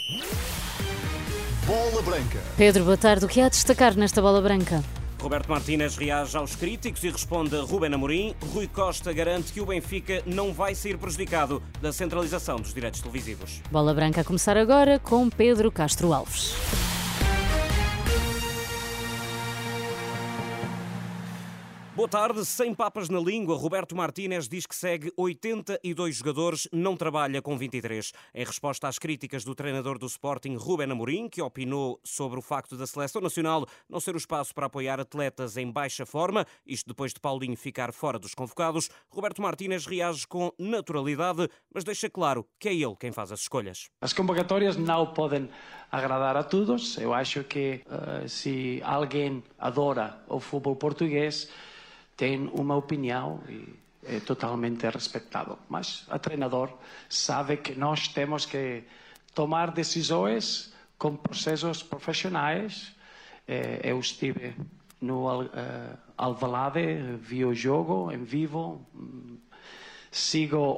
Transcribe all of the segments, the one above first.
Bola Branca. Pedro, boa tarde. O que há a destacar nesta Bola Branca? Roberto Martínez reage aos críticos e responde a Rubén Amorim. Rui Costa garante que o Benfica não vai sair prejudicado da centralização dos direitos televisivos. Bola Branca a começar agora com Pedro Castro Alves. Boa tarde. Sem papas na língua, Roberto Martínez diz que segue 82 jogadores, não trabalha com 23. Em resposta às críticas do treinador do Sporting, Rubén Amorim, que opinou sobre o facto da Seleção Nacional não ser o espaço para apoiar atletas em baixa forma, isto depois de Paulinho ficar fora dos convocados, Roberto Martínez reage com naturalidade, mas deixa claro que é ele quem faz as escolhas. As convocatórias não podem agradar a todos. Eu acho que se alguém adora o futebol português, tem uma opinião e é totalmente respeitado. Mas o treinador sabe que nós temos que tomar decisões com processos profissionais. Eu estive no Alvalade, vi o jogo em vivo, sigo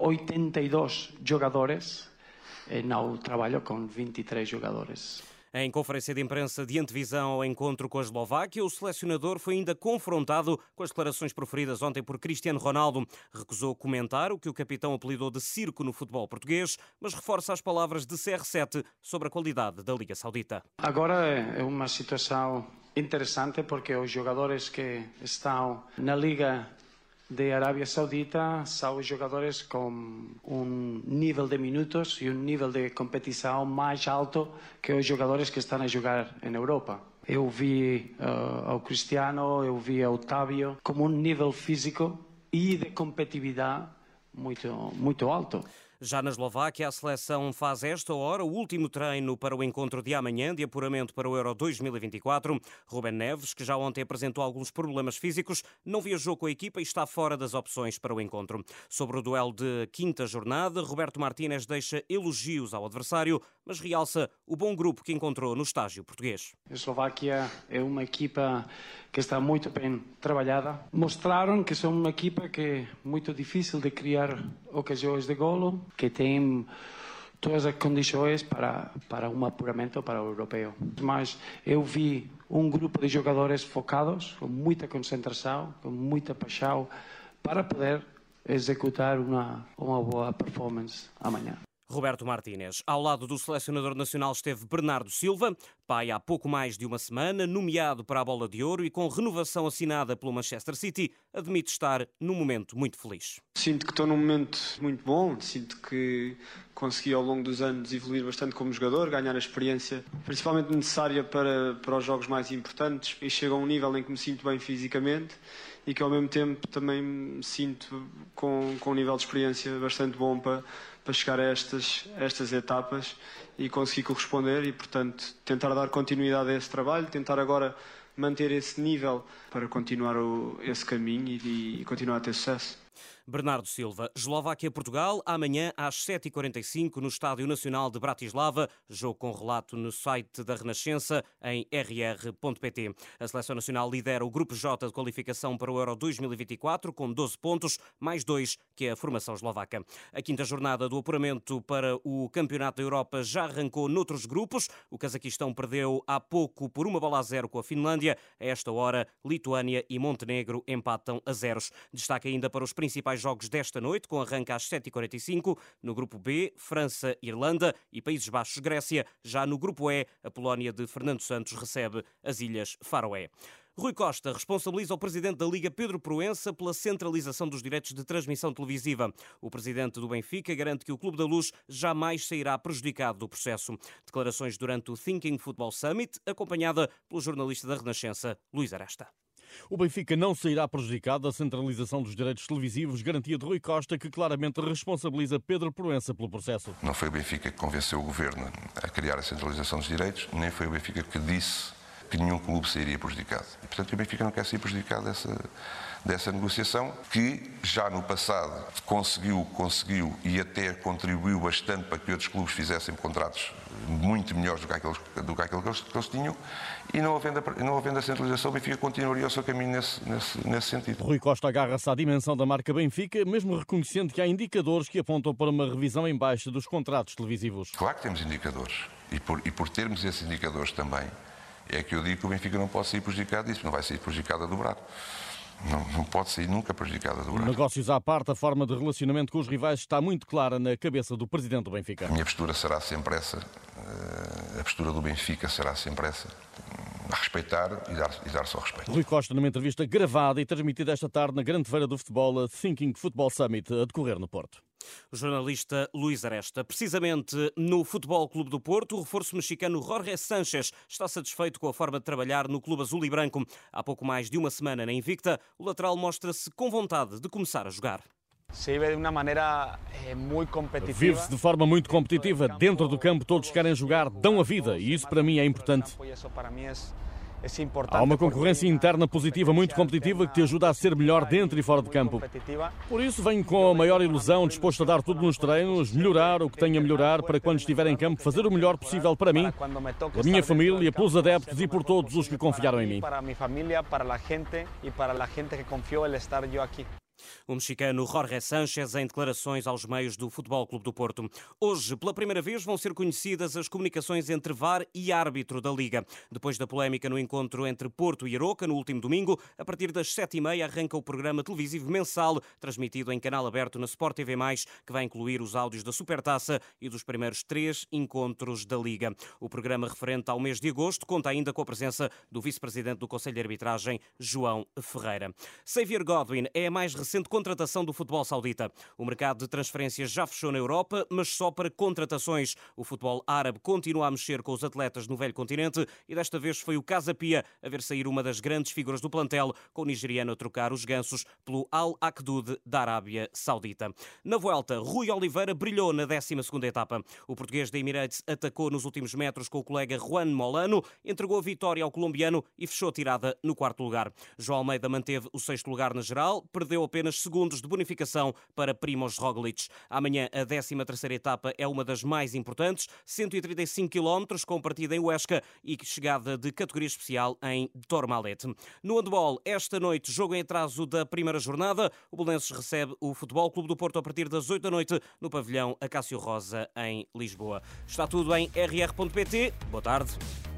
82 jogadores e não trabalho com 23 jogadores. Em conferência de imprensa de antevisão ao encontro com a Eslováquia, o selecionador foi ainda confrontado com as declarações proferidas ontem por Cristiano Ronaldo. Recusou comentar o que o capitão apelidou de circo no futebol português, mas reforça as palavras de CR7 sobre a qualidade da Liga Saudita. Agora é uma situação interessante porque os jogadores que estão na Liga de Arábia Saudita são os jogadores com um nível de minutos e um nível de competição mais alto que os jogadores que estão a jogar na Europa. Eu vi ao Cristiano, eu vi ao Otávio com um nível físico e de competitividade muito alto. Já na Eslováquia, a seleção faz esta hora o último treino para o encontro de amanhã, de apuramento para o Euro 2024. Rubén Neves, que já ontem apresentou alguns problemas físicos, não viajou com a equipa e está fora das opções para o encontro. Sobre o duelo de quinta jornada, Roberto Martínez deixa elogios ao adversário, mas realça o bom grupo que encontrou no estágio português. A Eslováquia é uma equipa que está muito bem trabalhada. Mostraram que são uma equipa que é muito difícil de criar ocasiões de golo, que tem todas as condições para um apuramento para o europeu. Mas eu vi um grupo de jogadores focados, com muita concentração, com muita paixão, para poder executar uma boa performance amanhã. Roberto Martínez. Ao lado do selecionador nacional esteve Bernardo Silva, pai há pouco mais de uma semana, nomeado para a Bola de Ouro e com renovação assinada pelo Manchester City, admite estar num momento muito feliz. Sinto que estou num momento muito bom, sinto que consegui ao longo dos anos evoluir bastante como jogador, ganhar a experiência principalmente necessária para os jogos mais importantes e chego a um nível em que me sinto bem fisicamente e que ao mesmo tempo também me sinto com um nível de experiência bastante bom para chegar a estas etapas e conseguir corresponder e, portanto, tentar dar continuidade a esse trabalho, tentar agora manter esse nível para continuar esse caminho e continuar a ter sucesso. Bernardo Silva. Eslováquia-Portugal, amanhã às 7h45 no Estádio Nacional de Bratislava, jogo com relato no site da Renascença em rr.pt. A Seleção Nacional lidera o Grupo J de qualificação para o Euro 2024 com 12 pontos, mais 2 que a formação eslovaca. A quinta jornada do apuramento para o Campeonato da Europa já arrancou noutros grupos. O Cazaquistão perdeu há pouco por 1-0 com a Finlândia. A esta hora, Lituânia e Montenegro empatam a zeros. Destaque ainda para os principais jogos desta noite, com arranque às 7h45. No grupo B, França, Irlanda e Países Baixos-Grécia. Já no grupo E, a Polónia de Fernando Santos recebe as Ilhas Faroé. Rui Costa responsabiliza o presidente da Liga, Pedro Proença, pela centralização dos direitos de transmissão televisiva. O presidente do Benfica garante que o Clube da Luz jamais sairá prejudicado do processo. Declarações durante o Thinking Football Summit, acompanhada pelo jornalista da Renascença, Luís Aresta. O Benfica não sairá prejudicado da centralização dos direitos televisivos, garantia de Rui Costa, que claramente responsabiliza Pedro Proença pelo processo. Não foi o Benfica que convenceu o Governo a criar a centralização dos direitos, nem foi o Benfica que disse que nenhum clube sairia prejudicado. E, portanto, o Benfica não quer sair prejudicado dessa negociação, que já no passado conseguiu e até contribuiu bastante para que outros clubes fizessem contratos muito melhores do que aquele que eles tinham, e não havendo a centralização, o Benfica continuaria o seu caminho nesse sentido. Rui Costa agarra-se à dimensão da marca Benfica, mesmo reconhecendo que há indicadores que apontam para uma revisão em baixa dos contratos televisivos. Claro que temos indicadores. E por termos esses indicadores também, é que eu digo que o Benfica não pode sair prejudicado disso, não vai sair prejudicado a dobrado. Não pode sair nunca prejudicado a dobrado. Negócios à parte, a forma de relacionamento com os rivais está muito clara na cabeça do presidente do Benfica. A minha postura será sempre essa, a postura do Benfica será sempre essa, a respeitar e dar só respeito. Rui Costa, numa entrevista gravada e transmitida esta tarde na grande feira do futebol, a Thinking Football Summit, a decorrer no Porto. O jornalista Luís Aresta. Precisamente no Futebol Clube do Porto, o reforço mexicano Jorge Sánchez está satisfeito com a forma de trabalhar no clube azul e branco. Há pouco mais de uma semana na Invicta, o lateral mostra-se com vontade de começar a jogar. Vive-se de forma muito competitiva. Dentro do campo todos querem jogar, dão a vida e isso para mim é importante. Há uma concorrência interna positiva, muito competitiva, que te ajuda a ser melhor dentro e fora de campo. Por isso venho com a maior ilusão, disposto a dar tudo nos treinos, melhorar o que tenho a melhorar para quando estiver em campo fazer o melhor possível para mim, pela minha família, pelos adeptos e por todos os que confiaram em mim. O mexicano Jorge Sánchez em declarações aos meios do Futebol Clube do Porto. Hoje, pela primeira vez, vão ser conhecidas as comunicações entre VAR e árbitro da Liga. Depois da polémica no encontro entre Porto e Aroca, no último domingo, a partir das 7h30 arranca o programa televisivo mensal, transmitido em canal aberto na Sport TV+, que vai incluir os áudios da Supertaça e dos primeiros 3 encontros da Liga. O programa referente ao mês de agosto conta ainda com a presença do vice-presidente do Conselho de Arbitragem, João Ferreira. Xavier Godwin é a mais recente contratação do futebol saudita. O mercado de transferências já fechou na Europa, mas só para contratações. O futebol árabe continua a mexer com os atletas no velho continente e desta vez foi o Casa Pia a ver sair uma das grandes figuras do plantel, com o nigeriano a trocar os gansos pelo Al Akdud da Arábia Saudita. Na Vuelta, Rui Oliveira brilhou na 12ª etapa. O português da Emirates atacou nos últimos metros com o colega Juan Molano, entregou a vitória ao colombiano e fechou a tirada no 4º lugar. João Almeida manteve o 6º lugar na geral, perdeu apenas segundos de bonificação para Primož Roglič. Amanhã a 13ª etapa é uma das mais importantes, 135 km com partida em Huesca e chegada de categoria especial em Tourmalet. No handball, esta noite, jogo em atraso da primeira jornada. O Belenenses recebe o Futebol Clube do Porto a partir das 8 da noite no pavilhão Acácio Rosa em Lisboa. Está tudo em rr.pt. Boa tarde.